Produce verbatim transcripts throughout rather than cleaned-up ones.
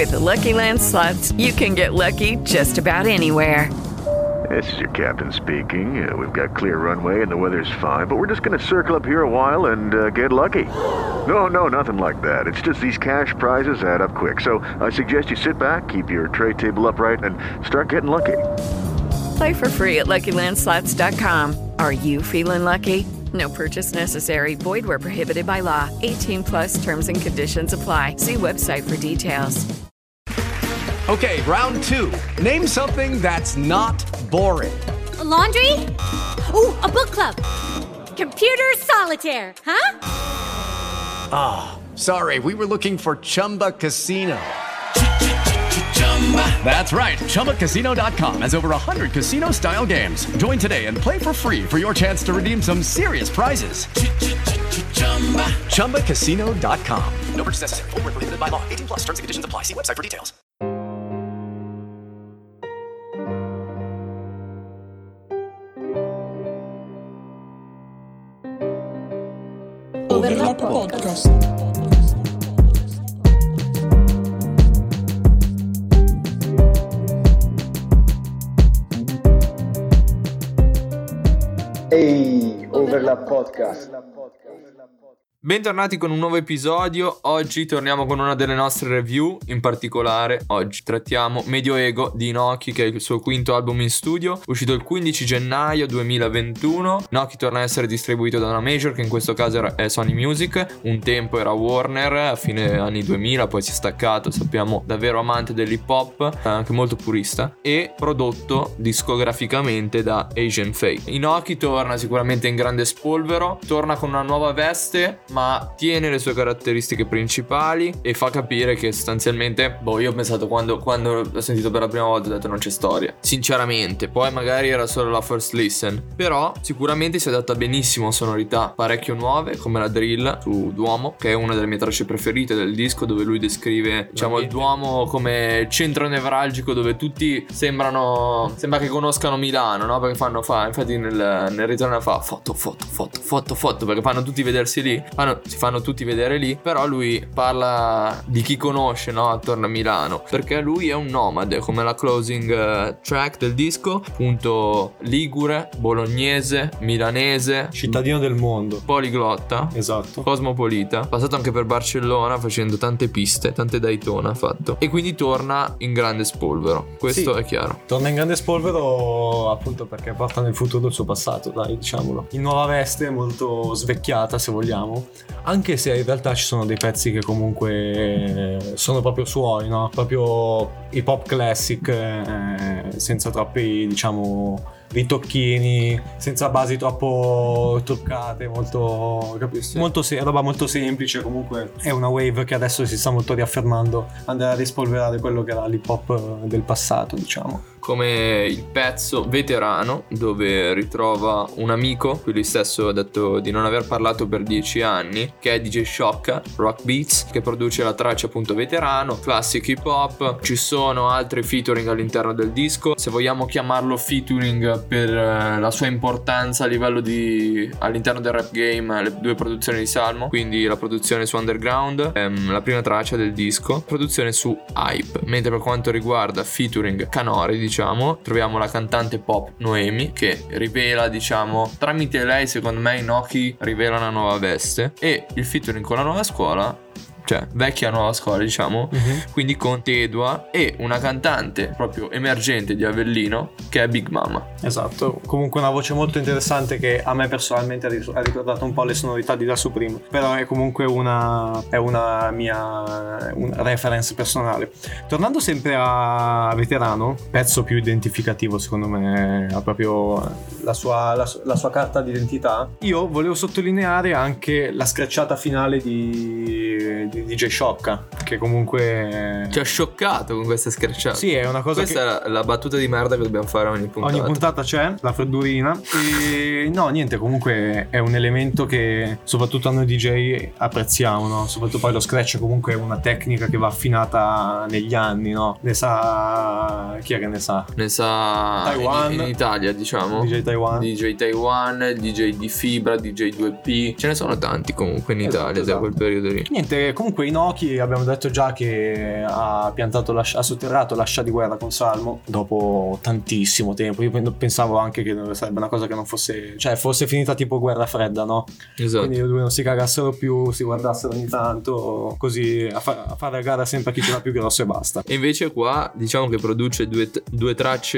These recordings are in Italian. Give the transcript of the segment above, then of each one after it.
With Lucky Land Slots, you can get lucky just about anywhere. This is your captain speaking. Uh, we've got clear runway and the weather's fine, but we're just going to circle up here a while and uh, get lucky. No, no, nothing like that. It's just these cash prizes add up quick. So I suggest you sit back, keep your tray table upright, and start getting lucky. Play for free at Lucky Land Slots dot com. Are you feeling lucky? No purchase necessary. Void where prohibited by law. eighteen plus terms and conditions apply. See website for details. Okay, round two. Name something that's not boring. A laundry? Ooh, a book club. Computer solitaire, huh? Ah, oh, sorry. We were looking for Chumba Casino. That's right. Chumba Casino dot com has over one hundred casino-style games. Join today and play for free for your chance to redeem some serious prizes. Chumba Casino dot com. No purchase necessary. Void where prohibited by law. eighteen plus terms and conditions apply. See website for details. Overlap Podcast. Ehi, Overlap Podcast. Bentornati con un nuovo episodio. Oggi torniamo con una delle nostre review. In particolare oggi trattiamo Medio Ego di Inoki, che è il suo quinto album in studio, uscito il quindici gennaio duemilaventuno. Inoki torna a essere distribuito da una major, che in questo caso è Sony Music. Un tempo era Warner, a fine anni duemila poi si è staccato. Sappiamo davvero amante dell'hip hop, anche molto purista, e prodotto discograficamente da Asian Faith. Inoki torna sicuramente in grande spolvero, torna con una nuova veste ma tiene le sue caratteristiche principali e fa capire che sostanzialmente, boh, io ho pensato quando, quando l'ho sentito per la prima volta, ho detto non c'è storia, sinceramente. Poi magari era solo la first listen, però sicuramente si adatta benissimo a sonorità parecchio nuove, come la drill su Duomo, che è una delle mie tracce preferite del disco, dove lui descrive, diciamo, il Duomo come centro nevralgico dove tutti sembrano, sembra che conoscano Milano, no? Perché fanno fa, infatti nel, nel ritorno fa foto, foto, foto, foto, foto, perché fanno tutti vedersi lì. Fanno, si fanno tutti vedere lì, però lui parla di chi conosce, no, attorno a Milano, perché lui è un nomade, come la closing uh, track del disco, appunto ligure, bolognese, milanese, cittadino del mondo, poliglotta, esatto, cosmopolita, passato anche per Barcellona facendo tante piste, tante Daytona ha fatto, e quindi torna in grande spolvero, questo sì, è chiaro. Torna in grande spolvero appunto perché porta nel futuro il suo passato, dai, diciamolo, in nuova veste, molto svecchiata se vogliamo, anche se in realtà ci sono dei pezzi che comunque sono proprio suoi, no? Proprio hip hop classic, eh, senza troppi, diciamo, ritocchini, senza basi troppo toccate, molto, capisci? Molto se- roba molto semplice. Comunque è una wave che adesso si sta molto riaffermando, andrà a rispolverare quello che era l'hip hop del passato, diciamo. Come il pezzo Veterano, dove ritrova un amico, qui lui stesso ha detto di non aver parlato per dieci anni, che è D J Shocka, Rock Beats, che produce la traccia appunto Veterano, classic hip hop. Ci sono altri featuring all'interno del disco, se vogliamo chiamarlo featuring per la sua importanza a livello di all'interno del rap game, le due produzioni di Salmo, quindi la produzione su Underground, ehm, la prima traccia del disco, produzione su Hype. Mentre per quanto riguarda featuring canori, diciamo, troviamo la cantante pop Noemi, che rivela, diciamo, tramite lei secondo me Inoki rivela una nuova veste, e il featuring con la nuova scuola, cioè vecchia nuova scuola, diciamo, uh-huh. Quindi con Tedua e una cantante proprio emergente di Avellino che è Big Mama. Esatto, comunque una voce molto interessante che a me personalmente ha ricordato un po' le sonorità di Da Supreme, però è comunque una è una mia una reference personale. Tornando sempre a Veterano, pezzo più identificativo secondo me, ha proprio la sua, la, la sua carta d'identità. Io volevo sottolineare anche la screcciata finale di di D J Shocka, che comunque ci ha scioccato con questa screcciata. Sì, è una cosa questa che... è la, la battuta di merda che dobbiamo fare ogni puntata. Ogni puntata c'è la freddurina. E no, niente, comunque è un elemento che soprattutto a noi D J apprezziamo, no? Soprattutto poi lo scratch comunque è una tecnica che va affinata negli anni, no? Ne sa... chi è che ne sa? Ne sa Taiwan. In, in Italia, diciamo D J Taiwan. D J Taiwan, D J di Fibra, D J due P. Ce ne sono tanti comunque in Italia, esatto, da quel periodo lì. Niente, comunque Inoki abbiamo detto già che ha piantato la, ha sotterrato la scia di guerra con Salmo dopo tantissimo tempo. Io pensavo anche che sarebbe una cosa che non fosse, cioè fosse finita tipo guerra fredda, no? Esatto. Quindi i due non si cagassero più, si guardassero ogni tanto, così a, fa- a fare a gara sempre chi ce l'ha più grosso e basta. E invece qua diciamo che produce due, t- due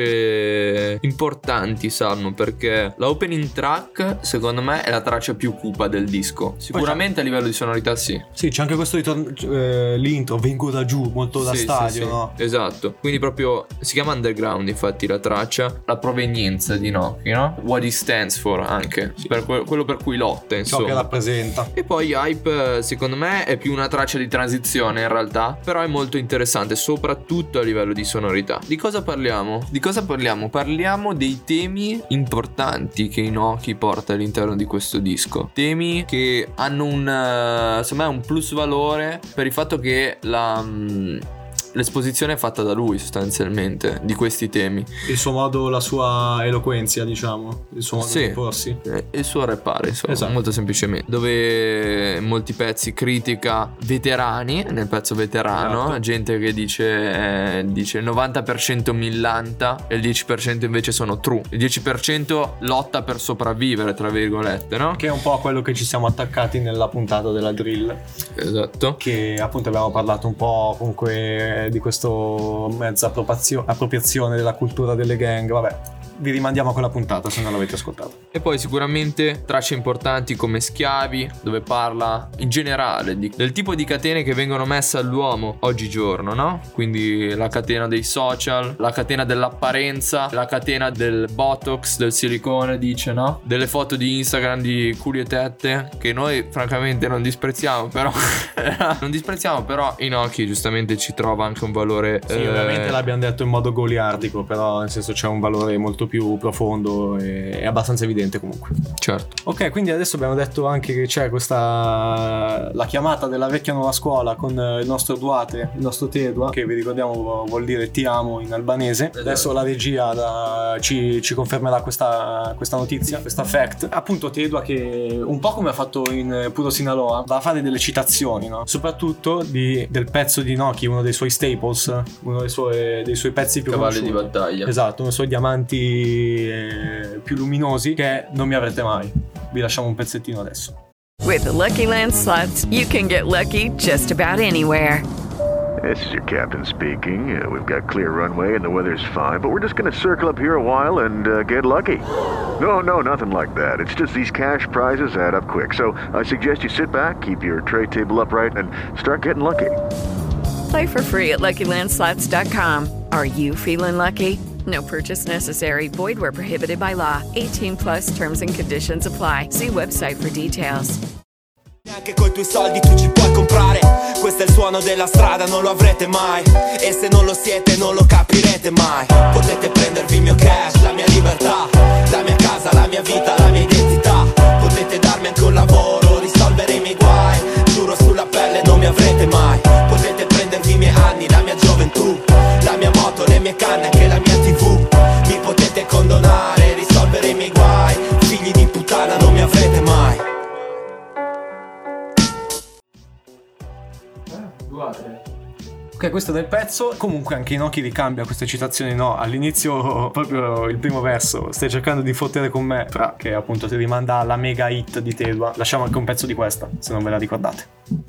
tracce importanti, Salmo, perché la opening track secondo me è la traccia più cupa del disco. Sicuramente a livello di sonorità sì. Sì, c'è anche questo ritorno, eh, l'intro, vengo da giù, molto da Sì, stadio, sì, sì. no? Esatto. Quindi proprio si chiama Underground, infatti, la traccia. La provenienza di Inoki, no? What he stands for anche, sì. Per que- quello per cui lotta, insomma. Ciò che rappresenta. E poi Hype secondo me è più una traccia di transizione in realtà, però è molto interessante soprattutto a livello di sonorità. Di cosa parliamo? Di cosa parliamo? Parliamo dei temi importanti che Inoki porta all'interno di questo disco. Temi che hanno un, uh, secondo me, un plus valore per il fatto che la... Um, l'esposizione è fatta da lui sostanzialmente di questi temi. Il suo modo, la sua eloquenza, diciamo, il suo modo sì, di porsi. Il suo rappare, insomma, esatto. Molto semplicemente. Dove in molti pezzi critica veterani, nel pezzo veterano, esatto. Gente che dice, eh, dice il novanta per cento millanta e il dieci per cento invece sono true. Il dieci per cento lotta per sopravvivere, tra virgolette, no? Che è un po' a quello che ci siamo attaccati nella puntata della drill. Esatto. Che appunto abbiamo parlato un po' comunque di questo mezza appropazio- appropriazione della cultura delle gang. Vabbè, vi rimandiamo a quella puntata se non l'avete ascoltata. E poi sicuramente tracce importanti come Schiavi, dove parla in generale di, del tipo di catene che vengono messe all'uomo oggigiorno, no? Quindi la catena dei social, la catena dell'apparenza, la catena del botox, del silicone, dice, no? Delle foto di Instagram di culi e tette, che noi francamente non disprezziamo, però non disprezziamo, però Inoki giustamente ci trova anche un valore. Sì, eh... ovviamente l'abbiamo detto in modo goliardico, però nel senso c'è un valore molto più profondo e è abbastanza evidente comunque. Certo. Ok, quindi adesso abbiamo detto anche che c'è questa la chiamata della vecchia nuova scuola con il nostro Duate, il nostro Tedua, che vi ricordiamo vuol dire ti amo in albanese. Esatto. Adesso la regia la, ci, ci confermerà questa, questa notizia, questa fact. Appunto Tedua, che un po' come ha fatto in Puro Sinaloa, va a fare delle citazioni, no? Soprattutto di, del pezzo di Inoki, uno dei suoi staples, uno dei suoi, dei suoi pezzi più cavalli conosciuti. di battaglia. Esatto, uno dei suoi diamanti eh, più luminosi, che è Non mi avrete mai. Vi lasciamo un pezzettino adesso. With the Lucky Land Slots, you can get lucky just about anywhere. This is your captain speaking. Uh, we've got clear runway and the weather's fine, but we're just going to circle up here a while and uh, get lucky. No, no, nothing like that. It's just these cash prizes add up quick. So I suggest you sit back, keep your tray table upright, and start getting lucky. Play for free at Lucky Land Slots dot com. Are you feeling lucky? No purchase necessary. Void where prohibited by law. eighteen plus terms and conditions apply. See website for details. Anche coi tuoi soldi tu ci puoi comprare. Questo è il suono della strada, non lo avrete mai. E se non lo siete non lo capirete mai. Potete prendervi il mio cash, la mia libertà, la mia casa, la mia vita, la mia identità. Potete darmi anche un lavoro, risolvere i miei guai. Giuro sulla pelle non mi avrete mai. Potete prendervi i miei anni, la mia gioventù, la mia moto, le mie canne, anche la mia tivù. Mi potete condonare, risolvere i miei guai. Figli di puttana non mi avrete mai. Ok, questo è del pezzo. Comunque anche Inoki ricambia queste citazioni, no? All'inizio proprio il primo verso: stai cercando di fottere con me, fra, che appunto ti rimanda alla mega hit di Tedua. Lasciamo anche un pezzo di questa, se non ve la ricordate.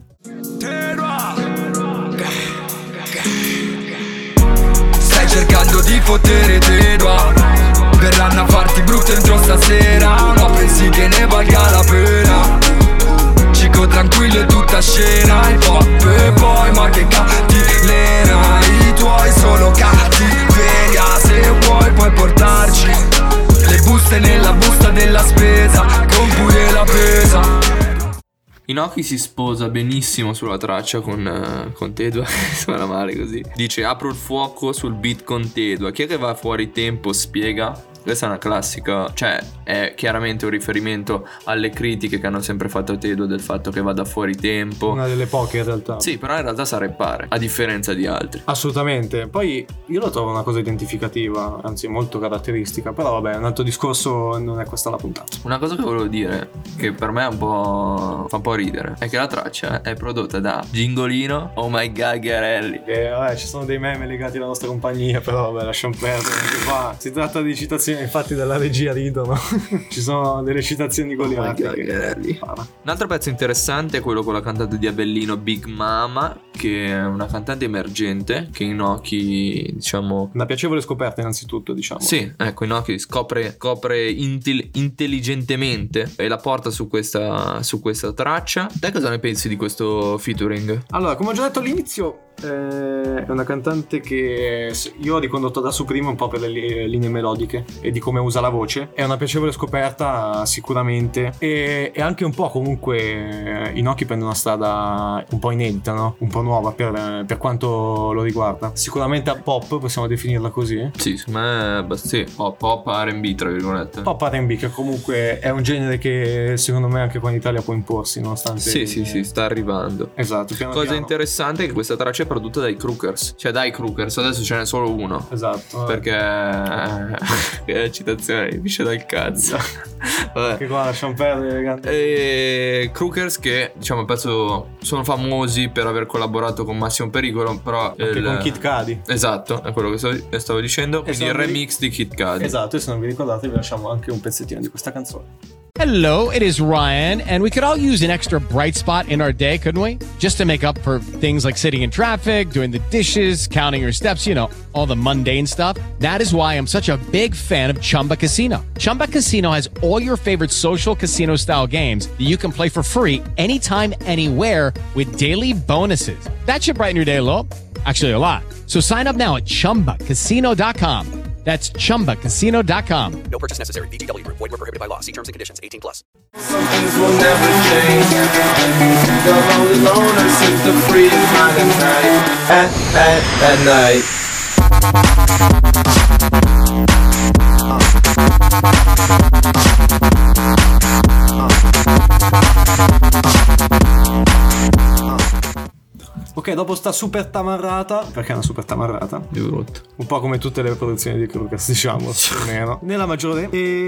Stai cercando di fottere Tedua, verranno a farti brutto entro stasera, ma pensi che ne valga la pena? Cico tranquillo e tutta scena, il pop e poi ma che cattivena, i tuoi solo cattiveria. Se vuoi puoi portarci le buste nella busta della spesa, con pure la pesa. Inoki si sposa benissimo sulla traccia con, uh, con Tedua. Suona male così. Dice apro il fuoco sul beat con Tedua. Chi è che va fuori tempo spiega? questa è una classica, cioè è chiaramente un riferimento alle critiche che hanno sempre fatto Tedua del fatto che vada fuori tempo. Una delle poche in realtà. Sì, però in realtà sa rappare, a differenza di altri. Assolutamente. Poi io lo trovo una cosa identificativa, anzi molto caratteristica. Però vabbè, un altro discorso, non è questa la puntata. Una cosa che volevo dire, che per me è un po' fa un po' ridere, è che la traccia è prodotta da Gingolino, Oh My God Ghiarelli. E vabbè, ci sono dei meme legati alla nostra compagnia, però vabbè, lasciamo perdere. Qua si tratta di citazioni, infatti dalla regia ridono. Ci sono delle citazioni goliardiche. Oh Ghiarelli. Un altro pezzo interessante è quello con la cantante di Abellino, Big Mama, che è una cantante emergente che Inoki, diciamo, una piacevole scoperta innanzitutto, diciamo. Sì, ecco, Inoki scopre, scopre intel- intelligentemente e la porta su questa, su questa traccia. Te cosa ne pensi di questo featuring? Allora, come ho già detto all'inizio, eh, è una cantante che io ho ricondotto da su prima un po' per le li- linee melodiche e di come usa la voce. È una piacevole scoperta sicuramente, e, e anche un po' comunque Inoki prende una strada un po' inedita, no? Un po' nuova per, per quanto lo riguarda. Sicuramente a pop, possiamo definirla così? Sì, secondo me beh, sì, pop, pop R and B tra virgolette. Pop R and B, che comunque è un genere che secondo me anche qua in Italia può imporsi, nonostante Sì, eh... sì, sì, sta arrivando. Esatto, piano Cosa piano. interessante è che questa traccia è prodotta dai Crookers. Cioè dai Crookers, adesso ce n'è solo uno. Esatto. Perché che citazione mi pisce dal cazzo. Vabbè. Che qua lasciamo perdere. E Crookers, che diciamo penso sono famosi per aver collaborato con Massimo Pericolo, però anche il... con Kid Cudi. Esatto, è quello che stavo, stavo dicendo. E quindi il remix vi... di Kid Cudi. Esatto, e se non vi ricordate vi lasciamo anche un pezzettino di questa canzone. Hello, it is Ryan, and we could all use an extra bright spot in our day, couldn't we? Just to make up for things like sitting in traffic, doing the dishes, counting your steps, you know, all the mundane stuff. That is why I'm such a big fan of Chumba Casino. Chumba Casino has all your favorite social casino-style games that you can play for free anytime, anywhere with daily bonuses. That should brighten your day a little. Actually, a lot. So sign up now at chumba casino dot com. That's chumba casino dot com. No purchase necessary. V G W Group. Void where prohibited by law. See terms and conditions. eighteen plus. Some things will never change. The lonely loner sips the free mind at night. At, at, at night. Ok, dopo sta super tamarrata, perché è una super tamarrata, di brutto, un po' come tutte le produzioni di Crookers, diciamo, più o meno, nella maggiore.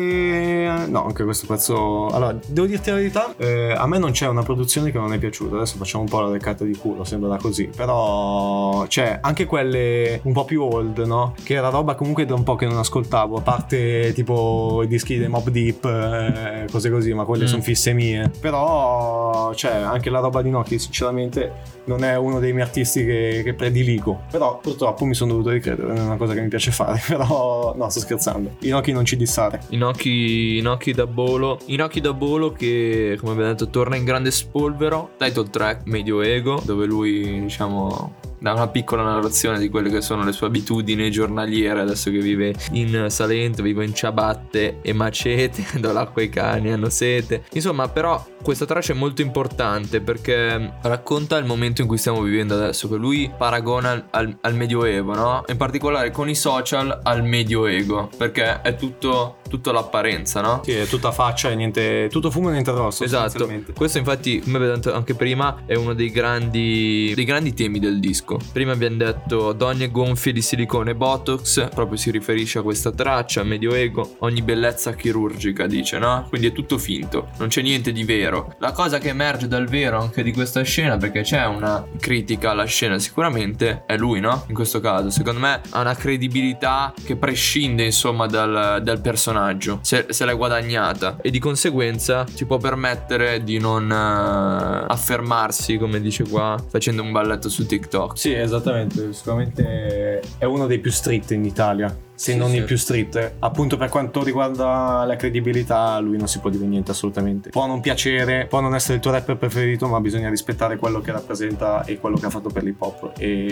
E no, anche questo pezzo, allora devo dirti la verità, eh, a me non c'è una produzione che non è piaciuta. Adesso facciamo un po' la leccata di culo, sembra così, però c'è anche quelle un po' più old, no? Che era roba comunque da un po' che non ascoltavo, a parte tipo i dischi dei Mobb Deep, eh, cose così, ma quelle mm. sono fisse mie. Però c'è anche la roba di Inoki, sinceramente non è uno dei miei artisti che, che prediligo, però purtroppo mi sono dovuto ricredere, non è una cosa che mi piace fare. Però no, sto scherzando, Inoki non ci dissare. Inoki, Inoki da Bolo Inoki da Bolo che, come abbiamo detto, torna in grande spolvero. Title track Medio Ego, dove lui, diciamo, dà una piccola narrazione di quelle che sono le sue abitudini giornaliere adesso che vive in Salento. Vivo in ciabatte e macete, do l'acqua ai cani, hanno sete. Insomma, però questa traccia è molto importante perché racconta il momento in cui stiamo vivendo adesso, che lui paragona al, al Medioevo, no? In particolare con i social al Medioevo, perché è tutto tutta l'apparenza, no? Sì, è tutta faccia e niente, tutto fumo e niente rosso. Esatto. Questo infatti, come abbiamo detto anche prima, è uno dei grandi dei grandi temi del disco. Prima abbiamo detto donne gonfie di silicone e botox, proprio si riferisce a questa traccia, Medioevo, ogni bellezza chirurgica, dice, no? Quindi è tutto finto, non c'è niente di vero. La cosa che emerge dal vero anche di questa scena, perché c'è una critica alla scena sicuramente, è lui, no? In questo caso, secondo me ha una credibilità che prescinde, insomma, dal, dal personaggio. Se, se l'è guadagnata e di conseguenza si può permettere di non uh, affermarsi, come dice qua, facendo un balletto su TikTok. Sì, esattamente, sicuramente è uno dei più street in Italia, se sì, non sì. il più street. Appunto, per quanto riguarda la credibilità, lui non si può dire niente assolutamente. Può non piacere piacere, può non essere il tuo rapper preferito, ma bisogna rispettare quello che rappresenta e quello che ha fatto per l'hip hop.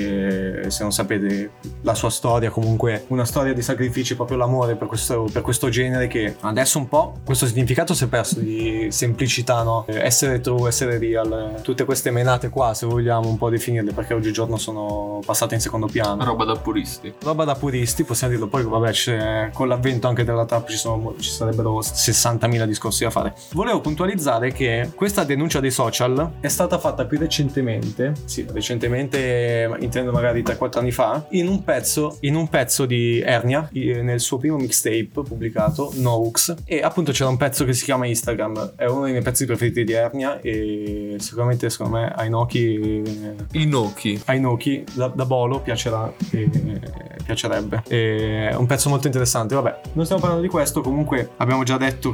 E se non sapete la sua storia, comunque una storia di sacrifici, proprio l'amore per questo, per questo genere, che adesso un po' questo significato si è perso, di semplicità, no? Essere true, essere real, tutte queste menate qua, se vogliamo un po' definirle, perché oggigiorno sono passate in secondo piano. Roba da puristi. Roba da puristi, possiamo dirlo. Poi vabbè, c'è, con l'avvento anche della trap ci, sono, ci sarebbero sessantamila discorsi da fare. Volevo puntualizzare che questa denuncia dei social è stata fatta più recentemente, sì, recentemente intendo magari tre quattro anni fa, in un pezzo, in un pezzo di Ernia, nel suo primo mixtape pubblicato, Noux, e appunto c'era un pezzo che si chiama Instagram, è uno dei miei pezzi preferiti di Ernia e sicuramente secondo me ai Noki Inoki ai Noki da, da Bolo piacerà e, piacerebbe. È un pezzo molto interessante. Vabbè, non stiamo parlando di questo, comunque abbiamo già detto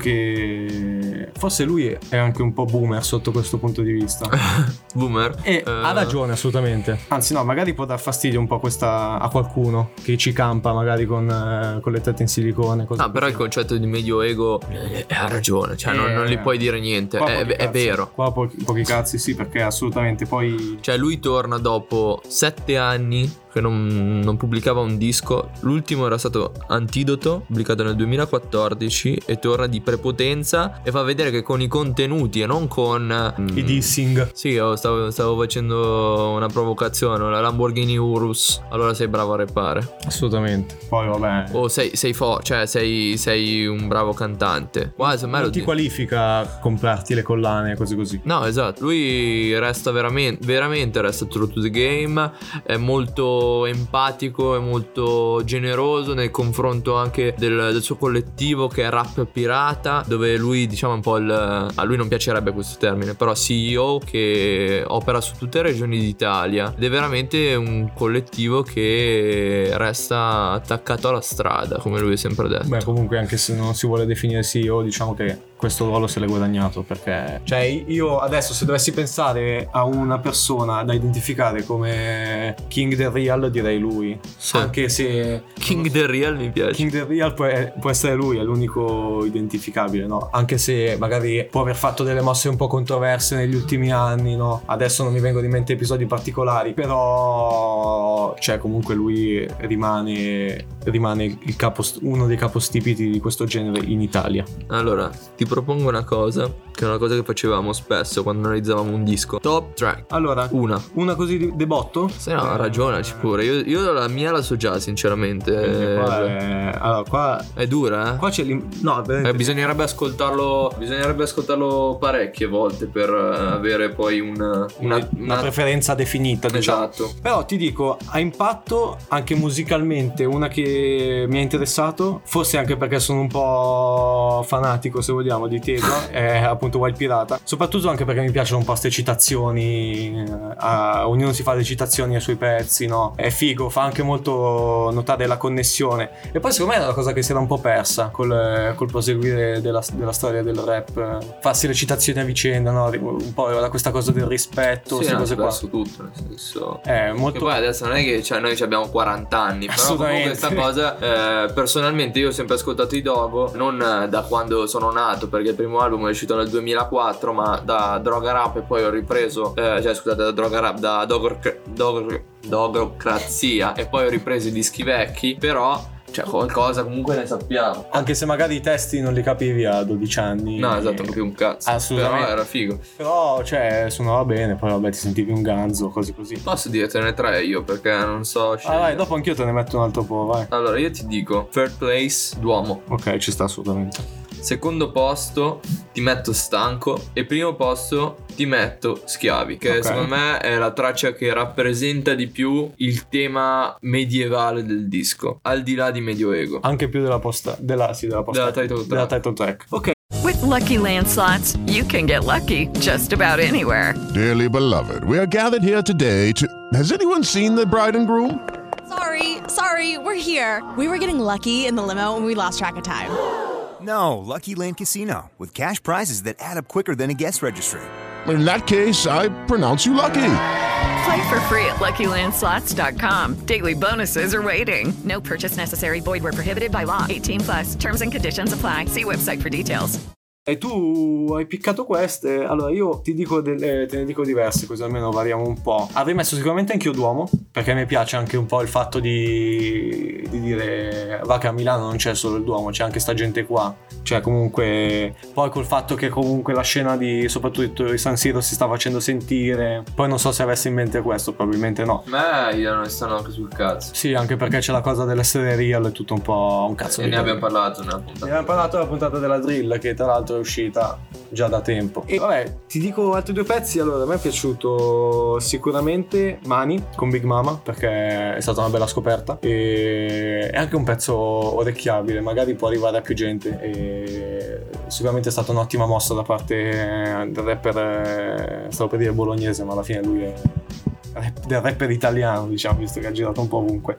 che forse lui è anche un po' boomer sotto questo punto di vista. Boomer? E uh... ha ragione assolutamente. Anzi no, magari può dar fastidio un po' questa a qualcuno che ci campa magari con, eh, con le tette in silicone. No, ah, però il concetto di medio ego eh, ha ragione, cioè eh, non, non gli puoi dire niente, è, è vero. Qua pochi, pochi cazzi, sì, perché assolutamente poi... Cioè lui torna dopo sette anni che non, non pubblicava un disco. L'ultimo era stato Antidoto, pubblicato nel duemilaquattordici, e torna di prepotenza e fa vedere che con i contenuti e non con mm, i dissing. Sì, io stavo, stavo facendo una provocazione, la Lamborghini Urus, allora sei bravo a rappare. Assolutamente. Poi vabbè, o sei, sei fo- cioè sei, sei un bravo cantante. Quasi, non ti di- qualifica comprarti le collane così così. No, esatto. Lui resta veramente, veramente resta true to the game, è molto empatico, è molto generoso nel confronto anche del, del suo collettivo, che è Rap Pirata, dove lui, diciamo, un po' il, a lui non piacerebbe questo termine, però C E O che opera su tutte le regioni d'Italia, ed è veramente un collettivo che resta attaccato alla strada, come lui ha sempre detto. Beh, comunque anche se non si vuole definire C E O, diciamo che questo ruolo se l'è guadagnato, perché cioè io adesso se dovessi pensare a una persona da identificare come King the Real, direi lui. Sì. Anche se King the Real mi piace. King the Real può, può essere lui, è l'unico identificabile, no? Anche se magari può aver fatto delle mosse un po' controverse negli ultimi anni, no? Adesso non mi vengono in mente episodi particolari, però cioè comunque lui rimane rimane il capo, uno dei capostipiti di questo genere in Italia. Allora ti propongo una cosa, che è una cosa che facevamo spesso quando analizzavamo un disco. Top track. Allora, una Una così di debotto? Se no, ragionaci pure. Io, io la mia la so già, sinceramente. Qua è... Allora, qua è dura, eh? Qua c'è l'im... No, eh, bisognerebbe ascoltarlo Bisognerebbe ascoltarlo parecchie volte per avere poi una Una, una... una preferenza definita, diciamo. Esatto. Però ti dico, ha impatto anche musicalmente. Una che mi ha interessato, forse anche perché sono un po' fanatico, se vogliamo, di Tedo, è appunto Wild Pirata. Soprattutto anche perché mi piacciono un po' ste citazioni, a... ognuno si fa le citazioni ai suoi pezzi, no? È figo, fa anche molto notare la connessione. E poi secondo me è una cosa che si era un po' persa col, col proseguire della, della storia del rap, farsi le citazioni a vicenda, no? Un po' da questa cosa del rispetto, sì, queste no, cose qua. tutto, nel senso è molto... Che poi adesso non è che cioè, noi abbiamo quaranta anni, però comunque questa cosa eh, personalmente io ho sempre ascoltato i Dogo, non da quando sono nato, perché il primo album è uscito nel duemilaquattro, ma da Droga Rap, e poi ho ripreso eh, cioè scusate da Droga Rap, da Dogor, Dogor, Dogocrazia, e poi ho ripreso i dischi vecchi, però cioè qualcosa comunque ne sappiamo, anche se magari i testi non li capivi a dodici anni. No, esatto, non capivi un cazzo. Assolutamente. Però era figo. Però cioè suonava bene, poi vabbè ti sentivi un ganzo, così così. Posso dirtene tre io, perché non so scegliere. Ah vai, dopo anch'io te ne metto un altro po', vai. Allora io ti dico Third Place, Duomo. Ok, ci sta assolutamente. Secondo posto ti metto Stanco, e primo posto ti metto Schiavi, che okay. secondo me è la traccia che rappresenta di più il tema medievale del disco, al di là di Medioego. Anche più della posta della sì, della posta della title track. Della title track. Ok. With Lucky Land Slots, you can get lucky just about anywhere. Dearly beloved, we are gathered here today to... Has anyone seen the bride and groom? Sorry, sorry, we're here. We were getting lucky in the limo and we lost track of time. No, Lucky Land Casino, with cash prizes that add up quicker than a guest registry. In that case, I pronounce you lucky. Play for free at Lucky Land Slots dot com. Daily bonuses are waiting. No purchase necessary. Void where prohibited by law. eighteen plus. Terms and conditions apply. See website for details. E tu hai piccato queste. Allora io ti dico delle, te ne dico diverse, così almeno variamo un po'. Avrei messo sicuramente anch'io Duomo, perché mi piace anche un po' il fatto di, di dire va che a Milano non c'è solo il Duomo, c'è anche sta gente qua. Cioè comunque poi col fatto che comunque la scena di soprattutto di San Siro si sta facendo sentire. Poi non so se avessi in mente questo, probabilmente no. Beh, io non stanno anche sul cazzo. Sì, anche perché c'è la cosa dell'essere real, è tutto un po' un cazzo. E di ne abbiamo parlato nella puntata. Ne abbiamo parlato nella puntata della drill, che tra l'altro è uscita già da tempo. E vabbè, ti dico altri due pezzi. Allora, a me è piaciuto sicuramente Mani con Big Mama, perché è stata una bella scoperta e è anche un pezzo orecchiabile, magari può arrivare a più gente e sicuramente è stata un'ottima mossa da parte del rapper, stavo per dire bolognese, ma alla fine lui è del rapper italiano, diciamo, visto che ha girato un po' ovunque.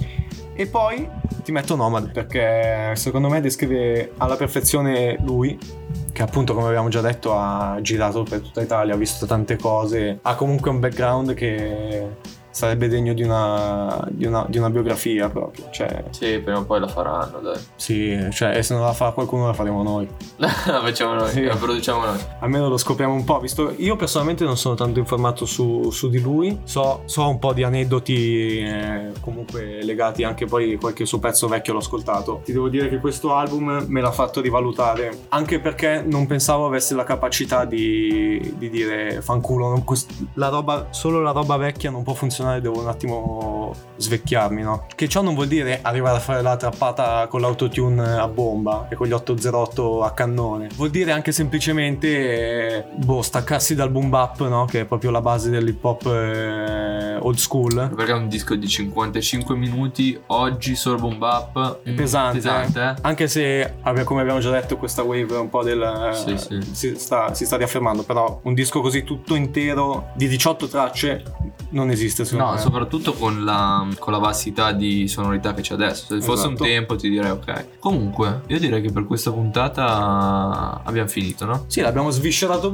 E poi ti metto Nomad, perché secondo me descrive alla perfezione lui, che appunto, come abbiamo già detto, ha girato per tutta Italia, ha visto tante cose, ha comunque un background che sarebbe degno di una, di una, di una biografia proprio, cioè. Sì, prima o poi la faranno, dai. Sì, cioè, e se non la fa qualcuno la faremo noi. La facciamo noi, sì. La produciamo noi. Almeno lo scopriamo un po', visto io personalmente non sono tanto informato su, su di lui, so, so un po' di aneddoti eh, comunque legati anche poi a qualche suo pezzo vecchio l'ho ascoltato. Ti devo dire che questo album me l'ha fatto rivalutare, anche perché non pensavo avesse la capacità di, di dire fanculo, non, la roba, solo la roba vecchia non può funzionare, devo un attimo svecchiarmi, no? Che ciò non vuol dire arrivare a fare la trappata con l'autotune a bomba e con gli otto zero otto a cannone, vuol dire anche semplicemente eh, boh, staccarsi dal boom bap, no? Che è proprio la base dell'hip hop eh, old school, perché è un disco di cinquantacinque minuti oggi solo boom bap, è pesante, pesante eh? Anche se come abbiamo già detto questa wave un po' del sì, sì. Si, sta, si sta riaffermando, però un disco così tutto intero di diciotto tracce non esiste. No, me. Soprattutto con la, con la vastità di sonorità che c'è adesso. Se fosse esatto. un tempo ti direi ok. Comunque, io direi che per questa puntata abbiamo finito, no? Sì, l'abbiamo sviscerato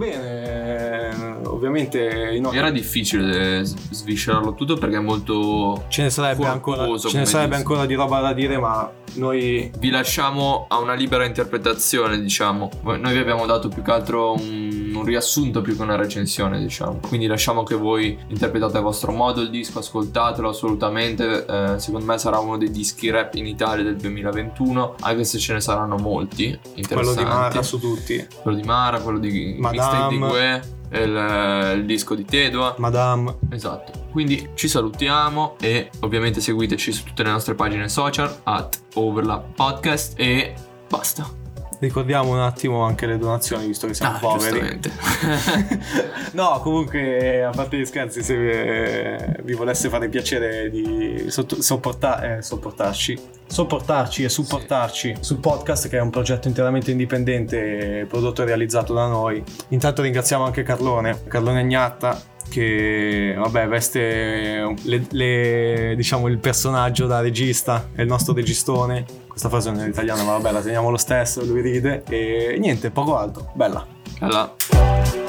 bene. Ovviamente no... era difficile sviscerarlo tutto perché è molto ce ne sarebbe ancora, ce ne sarebbe ancora di roba da dire, ma noi vi lasciamo a una libera interpretazione, diciamo. Noi vi abbiamo dato più che altro un, un riassunto più che una recensione, diciamo. Quindi lasciamo che voi interpretate a vostro modo il disco, ascoltatelo assolutamente. Eh, secondo me sarà uno dei dischi rap in Italia del duemilaventuno, anche se ce ne saranno molti interessanti. Quello di Mara su tutti. Quello di Mara, quello di Mixtape di Gue, il, il disco di Tedua, Madame. Esatto. Quindi ci salutiamo e ovviamente seguiteci su tutte le nostre pagine social at Overlap Podcast e basta. Ricordiamo un attimo anche le donazioni, visto che siamo ah, poveri. No, comunque, a parte gli scherzi, se vi, vi volesse fare piacere di sotto, sopporta, eh, sopportarci sopportarci e supportarci sì. sul podcast, che è un progetto interamente indipendente prodotto e realizzato da noi. Intanto ringraziamo anche Carlone Carlone Agnatta, che vabbè veste le, le, diciamo il personaggio da regista, è il nostro registone. Questa frase non è italiana, ma vabbè, la teniamo lo stesso, lui ride e niente, poco altro. Bella. Bella.